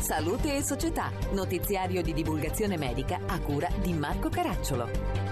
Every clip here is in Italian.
Salute e Società, notiziario di divulgazione medica a cura di Marco Caracciolo.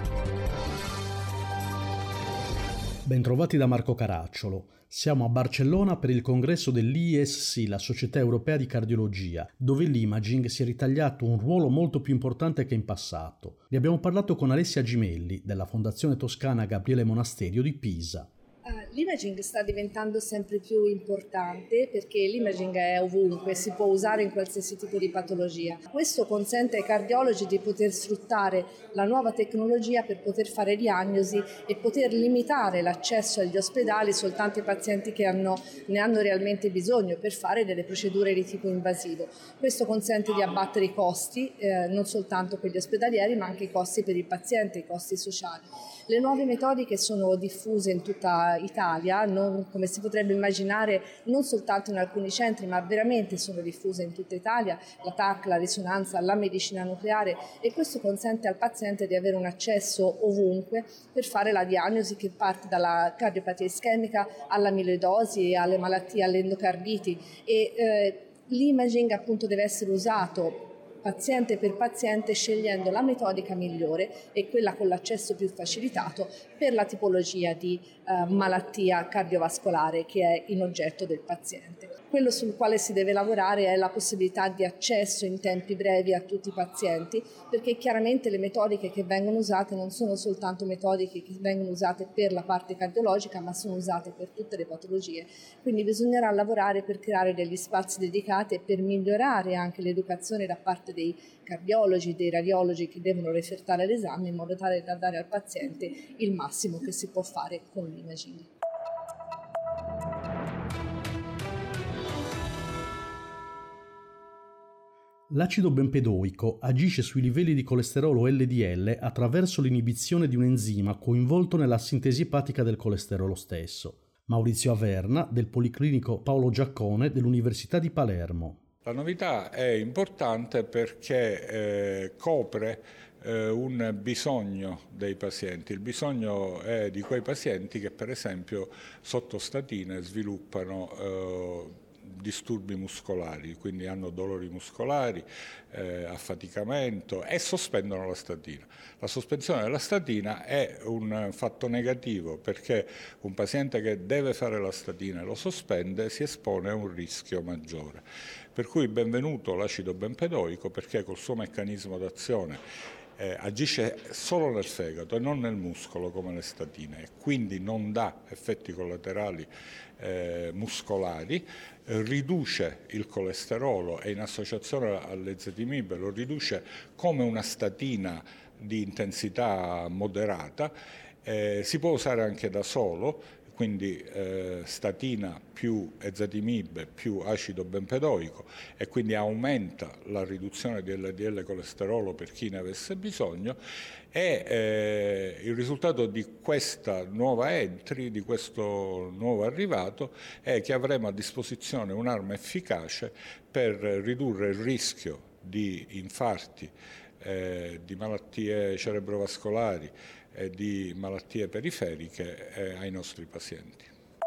Bentrovati da Marco Caracciolo. Siamo a Barcellona per il congresso dell'ISC, la Società Europea di Cardiologia, dove l'imaging si è ritagliato un ruolo molto più importante che in passato. Ne abbiamo parlato con Alessia Gimelli, della Fondazione Toscana Gabriele Monasterio di Pisa. L'imaging sta diventando sempre più importante perché l'imaging è ovunque, si può usare in qualsiasi tipo di patologia. Questo consente ai cardiologi di poter sfruttare la nuova tecnologia per poter fare diagnosi e poter limitare l'accesso agli ospedali soltanto ai pazienti che ne hanno realmente bisogno per fare delle procedure di tipo invasivo. Questo consente di abbattere i costi, non soltanto quelli ospedalieri, ma anche i costi per il paziente, i costi sociali. Le nuove metodiche sono diffuse in tutta Italia, non, come si potrebbe immaginare, non soltanto in alcuni centri, ma veramente sono diffuse in tutta Italia, la TAC, la risonanza, la medicina nucleare, e questo consente al paziente di avere un accesso ovunque per fare la diagnosi che parte dalla cardiopatia ischemica all'amiloidosi, alle malattie, all'endocarditi, e l'imaging appunto deve essere usato paziente per paziente, scegliendo la metodica migliore e quella con l'accesso più facilitato per la tipologia di malattia cardiovascolare che è in oggetto del paziente. Quello sul quale si deve lavorare è la possibilità di accesso in tempi brevi a tutti i pazienti, perché chiaramente le metodiche che vengono usate non sono soltanto metodiche che vengono usate per la parte cardiologica, ma sono usate per tutte le patologie. Quindi bisognerà lavorare per creare degli spazi dedicati e per migliorare anche l'educazione da parte dei cardiologi, dei radiologi che devono refertare l'esame, in modo tale da dare al paziente il massimo che si può fare con l'imaging. L'acido benpedoico agisce sui livelli di colesterolo LDL attraverso l'inibizione di un enzima coinvolto nella sintesi epatica del colesterolo stesso. Maurizio Averna, del Policlinico Paolo Giaccone dell'Università di Palermo. La novità è importante perché copre un bisogno dei pazienti. Il bisogno è di quei pazienti che per esempio sotto statine sviluppano disturbi muscolari, quindi hanno dolori muscolari, affaticamento e sospendono la statina. La sospensione della statina è un fatto negativo perché un paziente che deve fare la statina e lo sospende si espone a un rischio maggiore. Per cui benvenuto l'acido benpedoico, perché col suo meccanismo d'azione agisce solo nel fegato e non nel muscolo come le statine, e quindi non dà effetti collaterali muscolari, riduce il colesterolo e in associazione all'ezetimibe lo riduce come una statina di intensità moderata, si può usare anche da solo, quindi statina più ezetimibe più acido benpedoico, e quindi aumenta la riduzione di LDL colesterolo per chi ne avesse bisogno, e il risultato di questa nuova entry, di questo nuovo arrivato, è che avremo a disposizione un'arma efficace per ridurre il rischio di infarti, di malattie cerebrovascolari e di malattie periferiche ai nostri pazienti.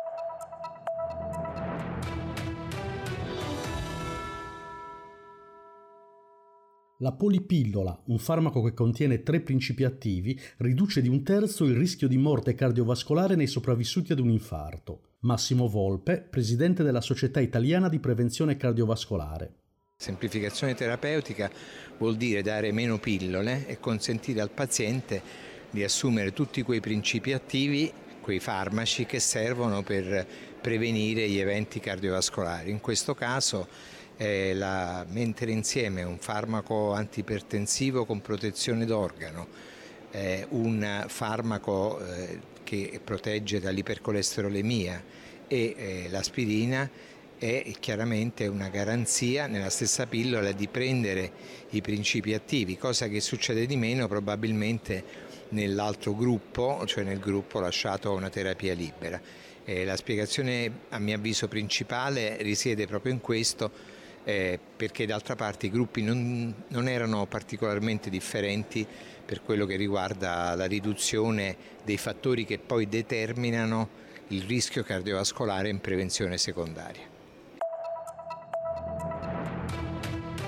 La polipillola, un farmaco che contiene 3 principi attivi, riduce di 1/3 il rischio di morte cardiovascolare nei sopravvissuti ad un infarto. Massimo Volpe, presidente della Società Italiana di Prevenzione Cardiovascolare. Semplificazione terapeutica vuol dire dare meno pillole e consentire al paziente di assumere tutti quei principi attivi, quei farmaci che servono per prevenire gli eventi cardiovascolari. In questo caso mettere insieme un farmaco antipertensivo con protezione d'organo, un farmaco che protegge dall'ipercolesterolemia e l'aspirina è chiaramente una garanzia nella stessa pillola di prendere i principi attivi, cosa che succede di meno probabilmente nell'altro gruppo, cioè nel gruppo lasciato a una terapia libera. La spiegazione a mio avviso principale risiede proprio in questo, perché d'altra parte i gruppi non erano particolarmente differenti per quello che riguarda la riduzione dei fattori che poi determinano il rischio cardiovascolare in prevenzione secondaria.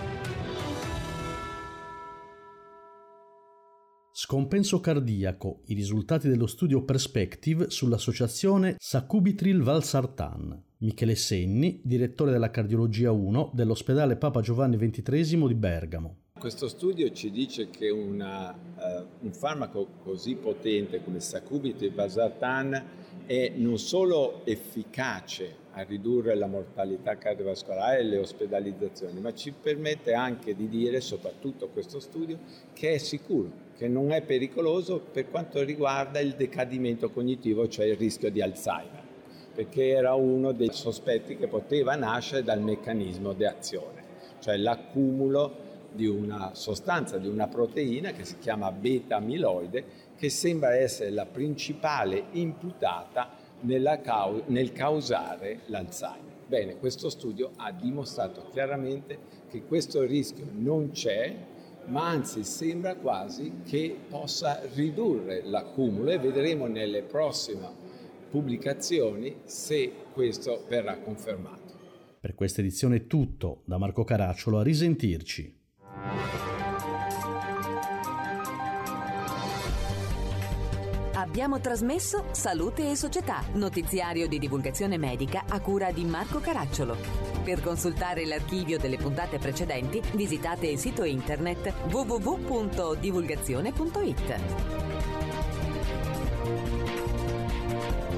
Scompenso cardiaco, i risultati dello studio Perspective sull'associazione Sacubitril-Valsartan. Michele Senni, direttore della cardiologia 1 dell'ospedale Papa Giovanni XXIII di Bergamo. Questo studio ci dice che un farmaco così potente come Sacubitril-Valsartan è non solo efficace a ridurre la mortalità cardiovascolare e le ospedalizzazioni, ma ci permette anche di dire, soprattutto questo studio, che è sicuro, che non è pericoloso per quanto riguarda il decadimento cognitivo, cioè il rischio di Alzheimer, perché era uno dei sospetti che poteva nascere dal meccanismo di azione, cioè l'accumulo di una sostanza, di una proteina che si chiama beta-amiloide, che sembra essere la principale imputata nel causare l'Alzheimer. Bene, questo studio ha dimostrato chiaramente che questo rischio non c'è, ma anzi sembra quasi che possa ridurre l'accumulo, e vedremo nelle prossime pubblicazioni se questo verrà confermato. Per questa edizione è tutto, da Marco Caracciolo, a risentirci. Abbiamo trasmesso Salute e Società, notiziario di divulgazione medica a cura di Marco Caracciolo. Per consultare l'archivio delle puntate precedenti, visitate il sito internet www.divulgazione.it.